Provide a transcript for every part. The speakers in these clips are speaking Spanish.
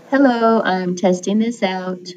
Hello, I'm testing this out.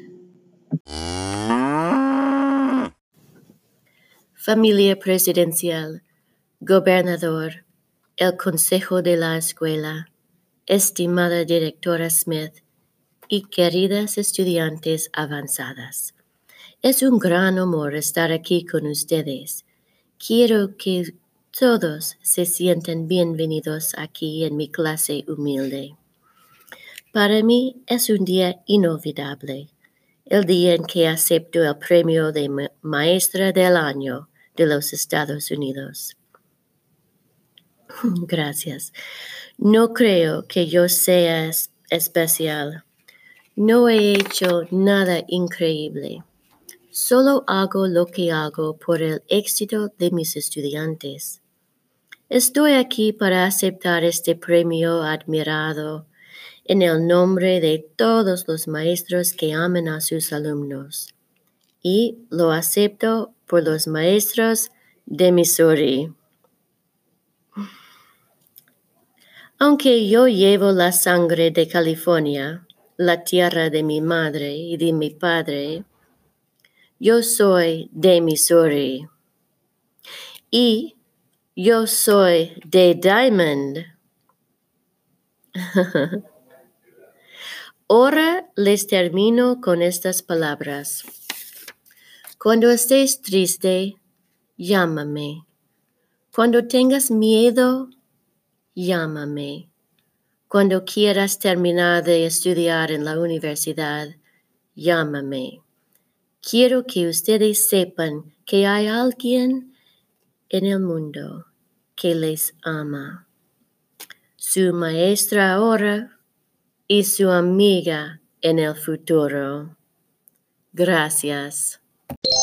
Familia presidencial, gobernador, el consejo de la escuela, estimada directora Smith y queridas estudiantes avanzadas. Es un gran honor estar aquí con ustedes. Quiero que todos se sientan bienvenidos aquí en mi clase humilde. Para mí es un día inolvidable, el día en que acepto el premio de Maestra del Año de los Estados Unidos. Gracias. No creo que yo sea especial. No he hecho nada increíble. Solo hago lo que hago por el éxito de mis estudiantes. Estoy aquí para aceptar este premio admirado en el nombre de todos los maestros que aman a sus alumnos. Y lo acepto por los maestros de Missouri. Aunque yo llevo la sangre de California, la tierra de mi madre y de mi padre, yo soy de Missouri. Y yo soy de Diamond. Ahora les termino con estas palabras. Cuando estés triste, llámame. Cuando tengas miedo, llámame. Cuando quieras terminar de estudiar en la universidad, llámame. Quiero que ustedes sepan que hay alguien en el mundo que les ama. Su maestra ahora y su amiga en el futuro. Gracias.